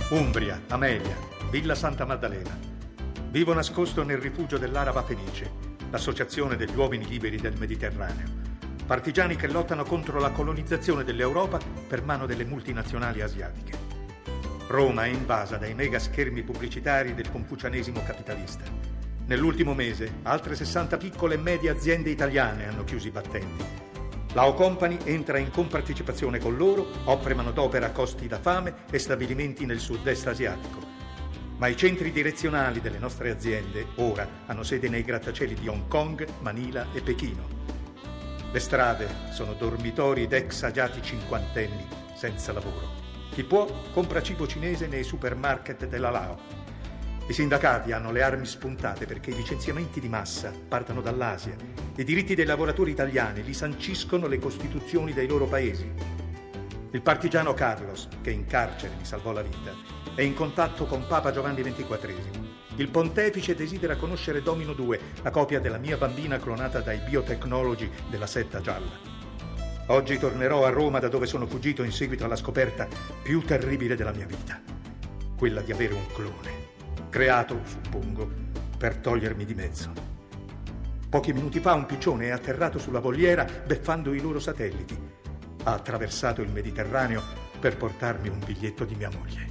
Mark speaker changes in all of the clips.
Speaker 1: Umbria, Amelia, Villa Santa Maddalena. Vivo nascosto nel rifugio dell'Araba Fenice, l'associazione degli uomini liberi del Mediterraneo. Partigiani che lottano contro la colonizzazione dell'Europa per mano delle multinazionali asiatiche. Roma è invasa dai mega schermi pubblicitari del confucianesimo capitalista. Nell'ultimo mese, altre 60 piccole e medie aziende italiane hanno chiuso i battenti. La O Company entra in compartecipazione con loro, offre manodopera a costi da fame e stabilimenti nel sud-est asiatico. Ma i centri direzionali delle nostre aziende ora hanno sede nei grattacieli di Hong Kong, Manila e Pechino. Le strade sono dormitori d'ex agiati cinquantenni senza lavoro. Chi può compra cibo cinese nei supermarket della Lao. I sindacati hanno le armi spuntate perché i licenziamenti di massa partano dall'Asia. I diritti dei lavoratori italiani li sanciscono le costituzioni dei loro paesi. Il partigiano Carlos, che in carcere mi salvò la vita, è in contatto con Papa Giovanni XXIII. Il pontefice desidera conoscere Domino 2, la copia della mia bambina clonata dai biotecnologi della setta gialla. Oggi tornerò a Roma da dove sono fuggito in seguito alla scoperta più terribile della mia vita, quella di avere un clone, creato, suppongo, per togliermi di mezzo. Pochi minuti fa un piccione è atterrato sulla Volliera beffando i loro satelliti. Ha attraversato il Mediterraneo per portarmi un biglietto di mia moglie.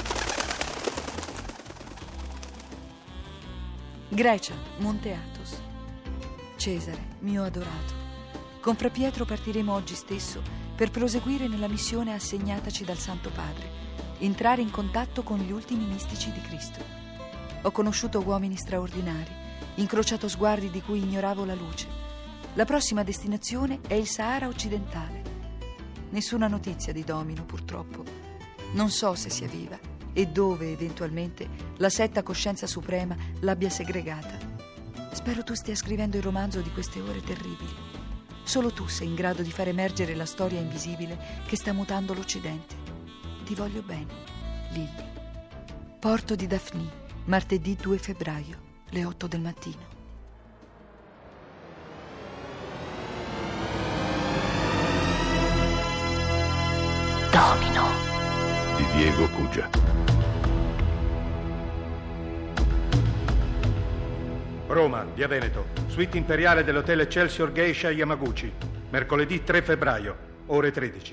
Speaker 2: Grecia, Monte Athos. Cesare, mio adorato, con Fra Pietro partiremo oggi stesso per proseguire nella missione assegnataci dal Santo Padre, entrare in contatto con gli ultimi mistici di Cristo. Ho conosciuto uomini straordinari, incrociato sguardi di cui ignoravo la luce. La prossima destinazione è il Sahara occidentale. Nessuna notizia di Domino, purtroppo. Non so se sia viva e dove, eventualmente, la setta Coscienza Suprema l'abbia segregata. Spero tu stia scrivendo il romanzo di queste ore terribili. Solo tu sei in grado di far emergere la storia invisibile che sta mutando l'Occidente. Ti voglio bene, Lilli. Porto di Daphne, martedì 2 febbraio, le 8 del mattino.
Speaker 3: Domino di Diego Cugia.
Speaker 1: Roma, via Veneto, suite imperiale dell'hotel Excelsior Geisha Yamaguchi, mercoledì 3 febbraio, ore 13.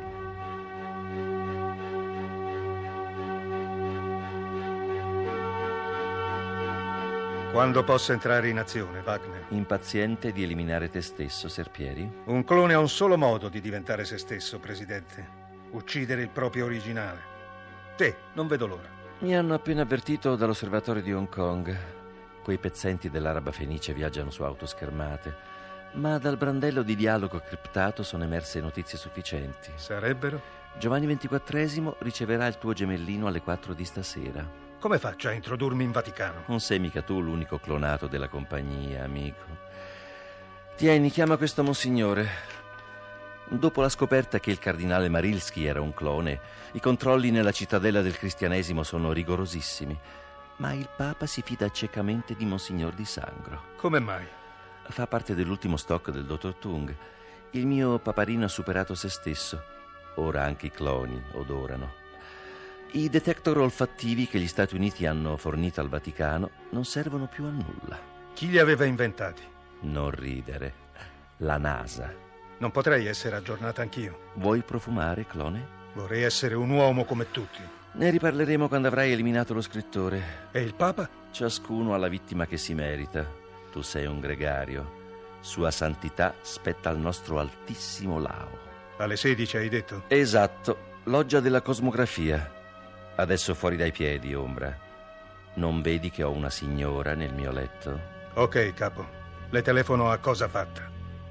Speaker 1: Quando posso entrare in azione, Wagner?
Speaker 4: Impaziente di eliminare te stesso, Serpieri?
Speaker 1: Un clone ha un solo modo di diventare se stesso, Presidente. Uccidere il proprio originale. Te, non vedo l'ora.
Speaker 4: Mi hanno appena avvertito dall'osservatorio di Hong Kong. Quei pezzenti dell'Araba Fenice viaggiano su autoschermate, ma dal brandello di dialogo criptato sono emerse notizie sufficienti.
Speaker 1: Sarebbero?
Speaker 4: Giovanni XXIII riceverà il tuo gemellino alle 4 di stasera.
Speaker 1: Come faccio a introdurmi in Vaticano?
Speaker 4: Non sei mica tu l'unico clonato della compagnia, amico. Tieni, chiama questo monsignore. Dopo la scoperta che il cardinale Marilski era un clone, i controlli nella cittadella del cristianesimo sono rigorosissimi, ma il Papa si fida ciecamente di Monsignor Di Sangro.
Speaker 1: Come mai?
Speaker 4: Fa parte dell'ultimo stock del dottor Tung. Il mio paparino ha superato se stesso. Ora anche i cloni odorano. I detector olfattivi che gli Stati Uniti hanno fornito al Vaticano non servono più a nulla.
Speaker 1: Chi li aveva inventati?
Speaker 4: Non ridere. La NASA.
Speaker 1: Non potrei essere aggiornata anch'io.
Speaker 4: Vuoi profumare, clone?
Speaker 1: Vorrei essere un uomo come tutti.
Speaker 4: Ne riparleremo quando avrai eliminato lo scrittore.
Speaker 1: E il Papa?
Speaker 4: Ciascuno ha la vittima che si merita. Tu sei un gregario. Sua santità spetta al nostro altissimo Lao.
Speaker 1: Alle 16 hai detto?
Speaker 4: Esatto, loggia della cosmografia. Adesso fuori dai piedi, ombra. Non vedi che ho una signora nel mio letto?
Speaker 1: Ok, capo. Le telefono a cosa fatta.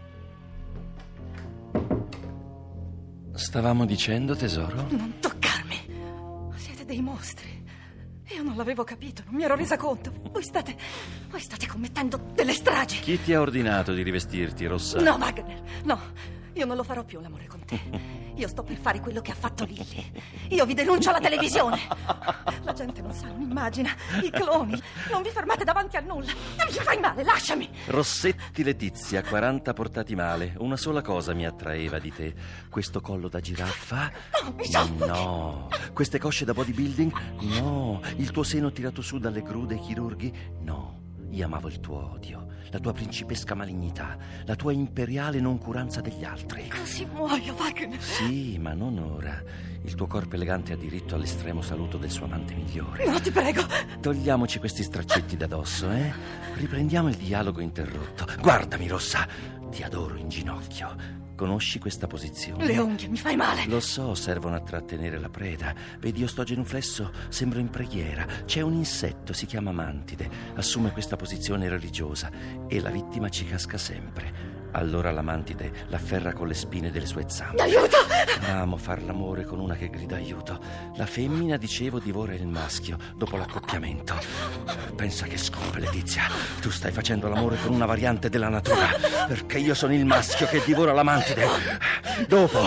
Speaker 4: Stavamo dicendo, tesoro?
Speaker 2: Non toccarmi! Siete dei mostri. Io non l'avevo capito, non mi ero resa conto. Voi state commettendo delle stragi.
Speaker 4: Chi ti ha ordinato di rivestirti, rossa?
Speaker 2: No, Wagner, no. Io non lo farò più l'amore con te.
Speaker 5: Io sto per fare quello che ha fatto Lily. Io vi denuncio alla televisione. La gente non sa, non immagina. I cloni. Non vi fermate davanti a nulla. Non mi fai male, lasciami.
Speaker 4: Rossetti Letizia, 40 portati male. Una sola cosa mi attraeva di te. Questo collo da giraffa? No. Queste cosce da bodybuilding? No. Il tuo seno tirato su dalle gru dei chirurghi? No. Io amavo il tuo odio, la tua principesca malignità, la tua imperiale noncuranza degli altri.
Speaker 5: Così muoio, Wagner.
Speaker 4: Sì, ma non ora. Il tuo corpo elegante ha diritto all'estremo saluto del suo amante migliore.
Speaker 5: No, ti prego.
Speaker 4: Togliamoci questi straccetti da dosso, eh? Riprendiamo il dialogo interrotto. Guardami, Rossa, ti adoro in ginocchio. Conosci questa posizione?
Speaker 5: Le unghie, mi fai male.
Speaker 4: Lo so, servono a trattenere la preda. Vedi, io sto genuflesso, sembro in preghiera. C'è un insetto, si chiama mantide. Assume questa posizione religiosa e la vittima ci casca sempre. Allora la mantide l'afferra con le spine delle sue zampe.
Speaker 5: Aiuto!
Speaker 4: Amo far l'amore con una che grida aiuto. La femmina, dicevo, divora il maschio dopo l'accoppiamento. Pensa che scope, Letizia. Tu stai facendo l'amore con una variante della natura, perché io sono il maschio che divora la mantide. Dopo.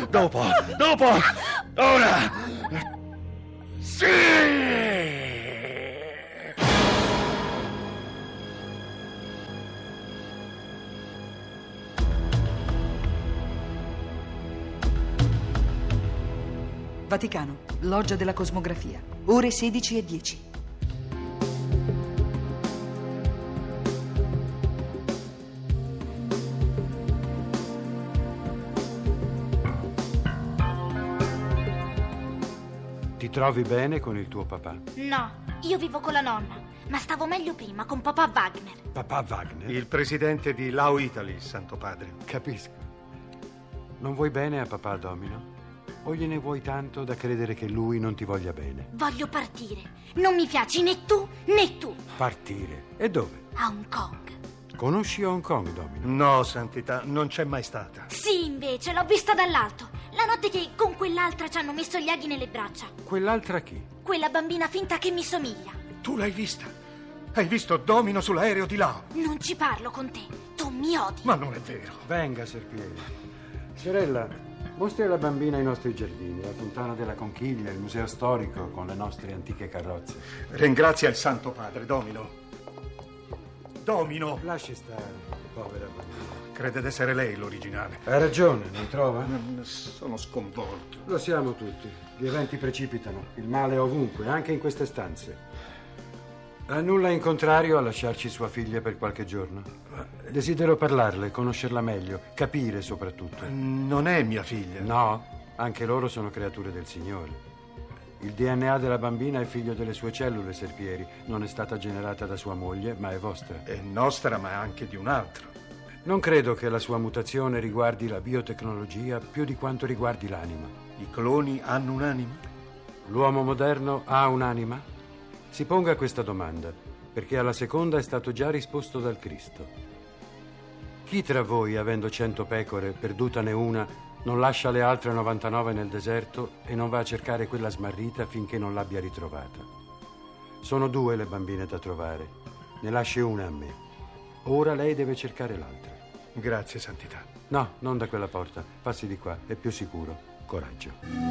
Speaker 4: Ora. Sì!
Speaker 2: Vaticano, Loggia della Cosmografia, ore 16:10.
Speaker 6: Ti trovi bene con il tuo papà?
Speaker 7: No, io vivo con la nonna, ma stavo meglio prima con papà Wagner.
Speaker 6: Papà Wagner?
Speaker 1: Il presidente di Lao Italy, Santo Padre.
Speaker 6: Capisco. Non vuoi bene a papà Domino? O gliene vuoi tanto da credere che lui non ti voglia bene?
Speaker 7: Voglio partire. Non mi piaci né tu né tu.
Speaker 6: Partire? E dove?
Speaker 7: A Hong Kong.
Speaker 6: Conosci Hong Kong, Domino?
Speaker 1: No, Santità, non c'è mai stata.
Speaker 7: Sì, invece, l'ho vista dall'alto. La notte che con quell'altra ci hanno messo gli aghi nelle braccia.
Speaker 6: Quell'altra chi?
Speaker 7: Quella bambina finta che mi somiglia.
Speaker 1: Tu l'hai vista? Hai visto Domino sull'aereo di Lao?
Speaker 7: Non ci parlo con te. Tu mi odi.
Speaker 1: Ma non è vero.
Speaker 6: Venga, Serpieri. Sorella, mostri alla bambina i nostri giardini, la fontana della Conchiglia, il museo storico con le nostre antiche carrozze.
Speaker 1: Ringrazia il Santo Padre, Domino. Domino!
Speaker 6: Lasci stare, povera bambina.
Speaker 1: Crede d'essere lei l'originale.
Speaker 6: Ha ragione, non trova?
Speaker 1: Sono sconvolto.
Speaker 6: Lo siamo tutti. Gli eventi precipitano, il male è ovunque, anche in queste stanze. Ha nulla in contrario a lasciarci sua figlia per qualche giorno? Desidero parlarle, conoscerla meglio, capire soprattutto.
Speaker 1: Non è mia figlia.
Speaker 6: No, anche loro sono creature del Signore. Il DNA della bambina è figlio delle sue cellule, Serpieri. Non è stata generata da sua moglie, ma è vostra.
Speaker 1: È nostra, ma anche di un altro.
Speaker 6: Non credo che la sua mutazione riguardi la biotecnologia più di quanto riguardi l'anima.
Speaker 1: I cloni hanno un'anima?
Speaker 6: L'uomo moderno ha un'anima? Si ponga questa domanda, perché alla seconda è stato già risposto dal Cristo. Chi tra voi, avendo 100 pecore, perdutane una, non lascia le altre 99 nel deserto e non va a cercare quella smarrita finché non l'abbia ritrovata? Sono 2 le bambine da trovare. Ne lasci una a me. Ora lei deve cercare l'altra.
Speaker 1: Grazie, Santità.
Speaker 6: No, non da quella porta. Passi di qua, è più sicuro. Coraggio.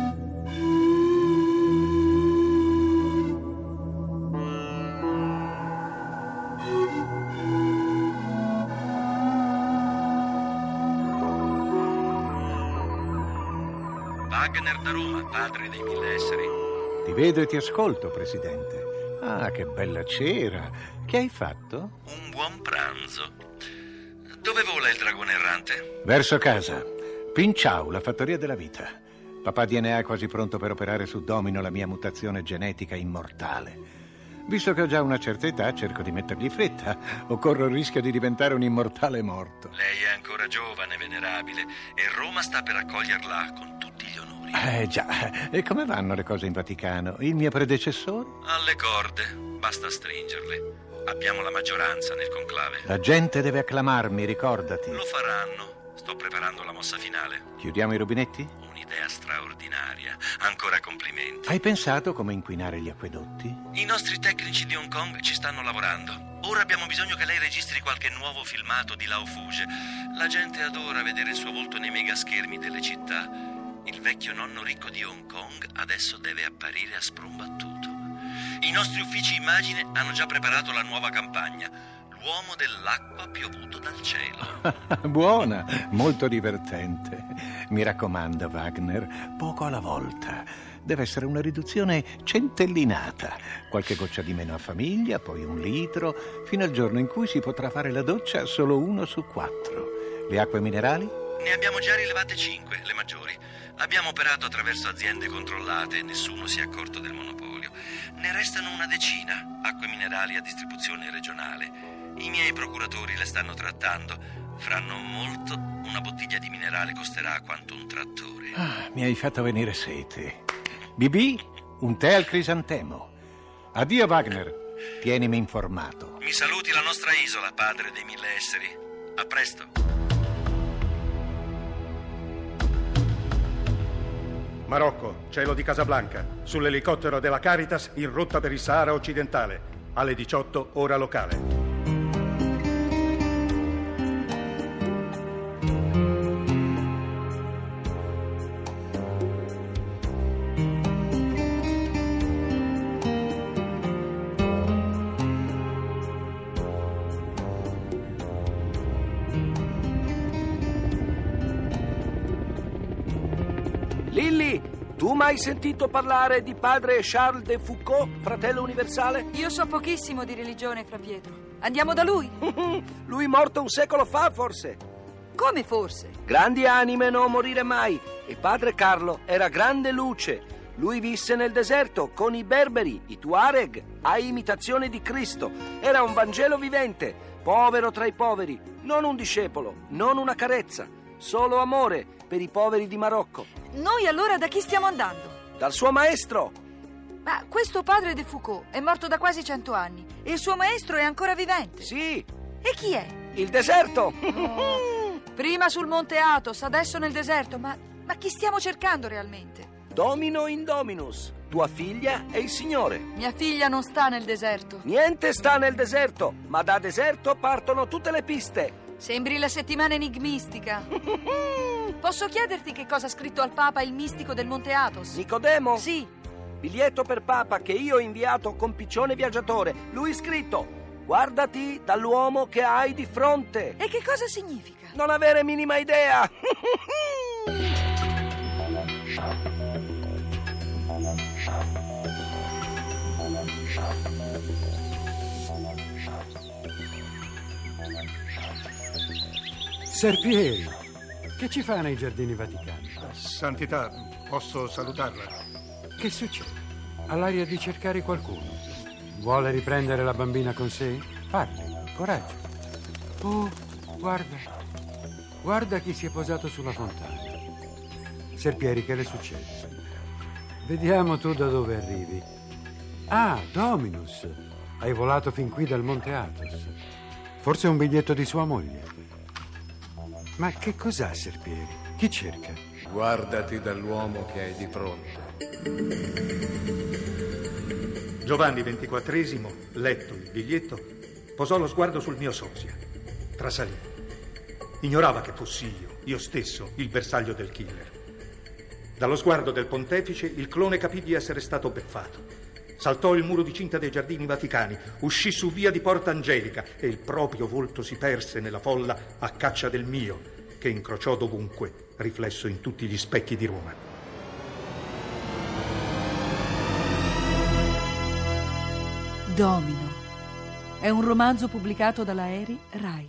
Speaker 4: Wagner da Roma, padre dei 1000 esseri.
Speaker 8: Ti vedo e ti ascolto, Presidente. Ah, che bella cera. Che hai fatto?
Speaker 4: Un buon pranzo. Dove vola il dragone errante?
Speaker 8: Verso casa. Pinchau, la fattoria della vita. Papà DNA è quasi pronto per operare su Domino la mia mutazione genetica immortale. Visto che ho già una certa età, cerco di mettergli fretta o corro il rischio di diventare un immortale morto.
Speaker 4: Lei è ancora giovane, venerabile, e Roma sta per accoglierla con tutti gli onori.
Speaker 8: Già. E come vanno le cose in Vaticano? Il mio predecessore?
Speaker 4: Alle corde, basta stringerle. Abbiamo la maggioranza nel conclave.
Speaker 8: La gente deve acclamarmi, ricordati.
Speaker 4: Lo faranno. Sto preparando la mossa finale.
Speaker 8: Chiudiamo i rubinetti?
Speaker 4: Un'idea straordinaria. Ancora complimenti.
Speaker 8: Hai pensato come inquinare gli acquedotti?
Speaker 4: I nostri tecnici di Hong Kong ci stanno lavorando. Ora abbiamo bisogno che lei registri qualche nuovo filmato di Lao Fuge. La gente adora vedere il suo volto nei megaschermi delle città. Il vecchio nonno ricco di Hong Kong adesso deve apparire a sprombattuto. I nostri uffici immagine hanno già preparato la nuova campagna. L'uomo dell'acqua piovuto dal cielo.
Speaker 8: Buona, molto divertente. Mi raccomando, Wagner, poco alla volta. Deve essere una riduzione centellinata. Qualche goccia di meno a famiglia, poi 1 litro, fino al giorno in cui si potrà fare la doccia solo 1 su 4. Le acque minerali?
Speaker 4: Ne abbiamo già rilevate 5, le maggiori. Abbiamo operato attraverso aziende controllate e nessuno si è accorto del monopolio. Ne restano una decina, acque minerali a distribuzione regionale. I miei procuratori le stanno trattando. Fra non molto, una bottiglia di minerale costerà quanto un trattore.
Speaker 8: Mi hai fatto venire sete. Bibi, un tè al crisantemo. Addio, Wagner. Tienimi informato.
Speaker 4: Mi saluti la nostra isola, padre dei 1000 esseri. A presto.
Speaker 1: Marocco, cielo di Casablanca. Sull'elicottero della Caritas in rotta per il Sahara occidentale. Alle 18, ora locale.
Speaker 9: Lilli, tu mai sentito parlare di padre Charles de Foucault, fratello universale?
Speaker 2: Io so pochissimo di religione, Fra Pietro. Andiamo da lui?
Speaker 9: Lui morto un secolo fa, forse.
Speaker 2: Come forse?
Speaker 9: Grandi anime non morire mai. E padre Carlo era grande luce. Lui visse nel deserto con i berberi, i Tuareg, a imitazione di Cristo. Era un Vangelo vivente, povero tra i poveri, non un discepolo, non una carezza, solo amore per i poveri di Marocco.
Speaker 2: Noi allora da chi stiamo andando?
Speaker 9: Dal suo maestro.
Speaker 2: Ma questo padre de Foucault è morto da quasi 100 anni e il suo maestro è ancora vivente.
Speaker 9: Sì.
Speaker 2: E chi è?
Speaker 9: Il deserto.
Speaker 2: Prima sul Monte Athos, adesso nel deserto. Ma chi stiamo cercando realmente?
Speaker 9: Domino Indominus, tua figlia e il Signore.
Speaker 2: Mia figlia non sta nel deserto.
Speaker 9: Niente sta nel deserto, ma da deserto partono tutte le piste.
Speaker 2: Sembri la settimana enigmistica. Posso chiederti che cosa ha scritto al Papa il mistico del Monte Athos?
Speaker 9: Nicodemo?
Speaker 2: Sì.
Speaker 9: Biglietto per Papa che io ho inviato con Piccione Viaggiatore. Lui scritto: guardati dall'uomo che hai di fronte.
Speaker 2: E che cosa significa?
Speaker 9: Non avere minima idea.
Speaker 6: Serpieri, che ci fa nei giardini vaticani?
Speaker 1: Santità, posso salutarla?
Speaker 6: Che succede? Ha l'aria di cercare qualcuno. Vuole riprendere la bambina con sé? Parli, coraggio. Oh, guarda chi si è posato sulla fontana. Serpieri, che le succede? Vediamo tu da dove arrivi. Ah, Dominus. Hai volato fin qui dal Monte Athos. Forse un biglietto di sua moglie. Ma che cos'ha Serpieri? Chi cerca?
Speaker 10: Guardati dall'uomo che hai di fronte.
Speaker 1: Giovanni XXIV, letto il biglietto, posò lo sguardo sul mio sosia. Trasalì. Ignorava che fossi io stesso, il bersaglio del killer. Dallo sguardo del pontefice il clone capì di essere stato beffato. Saltò il muro di cinta dei giardini vaticani, uscì su via di Porta Angelica e il proprio volto si perse nella folla a caccia del mio, che incrociò dovunque, riflesso in tutti gli specchi di Roma.
Speaker 2: Domino è un romanzo pubblicato dalla Eri Rai.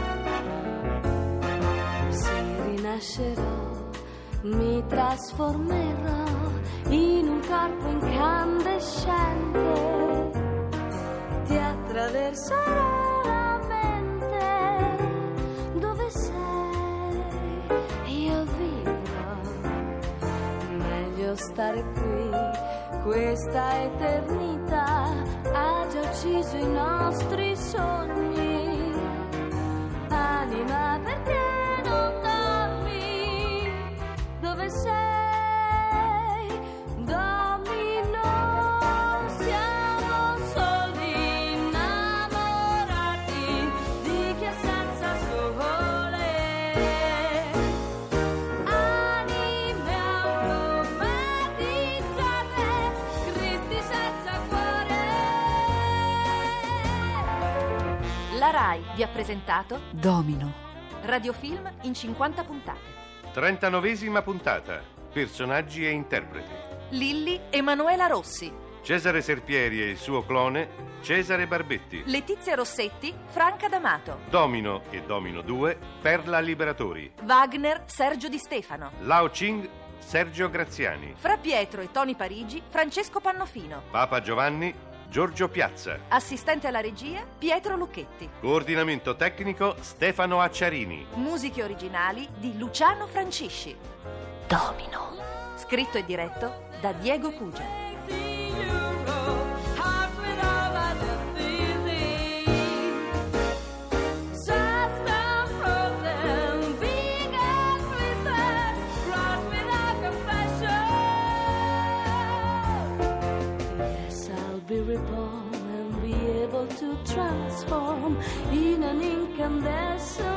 Speaker 11: Se rinascerò, mi trasformerò in un corpo incandescente, ti attraverserò la mente, dove sei io vivrò, meglio stare qui, questa eternità ha già ucciso i nostri sogni, anima perché non dormi, dove sei?
Speaker 5: Rai vi ha presentato
Speaker 2: Domino.
Speaker 5: radiofilm in 50 puntate.
Speaker 12: 39esima puntata. Personaggi e interpreti.
Speaker 5: Lilli Emanuela Rossi,
Speaker 12: Cesare Serpieri e il suo clone Cesare Barbetti.
Speaker 5: Letizia Rossetti, Franca D'Amato,
Speaker 12: Domino e Domino 2 Perla Liberatori.
Speaker 5: Wagner Sergio Di Stefano,
Speaker 12: Lao Ching Sergio Graziani.
Speaker 5: Fra Pietro e Toni Parigi Francesco Pannofino,
Speaker 12: Papa Giovanni Giorgio Piazza.
Speaker 5: assistente alla regia Pietro Lucchetti,
Speaker 12: Coordinamento tecnico Stefano Acciarini.
Speaker 5: musiche originali di Luciano Francisci.
Speaker 2: Domino.
Speaker 5: Scritto e diretto da Diego Cugia.
Speaker 11: Be reborn and be able to transform in an incandescent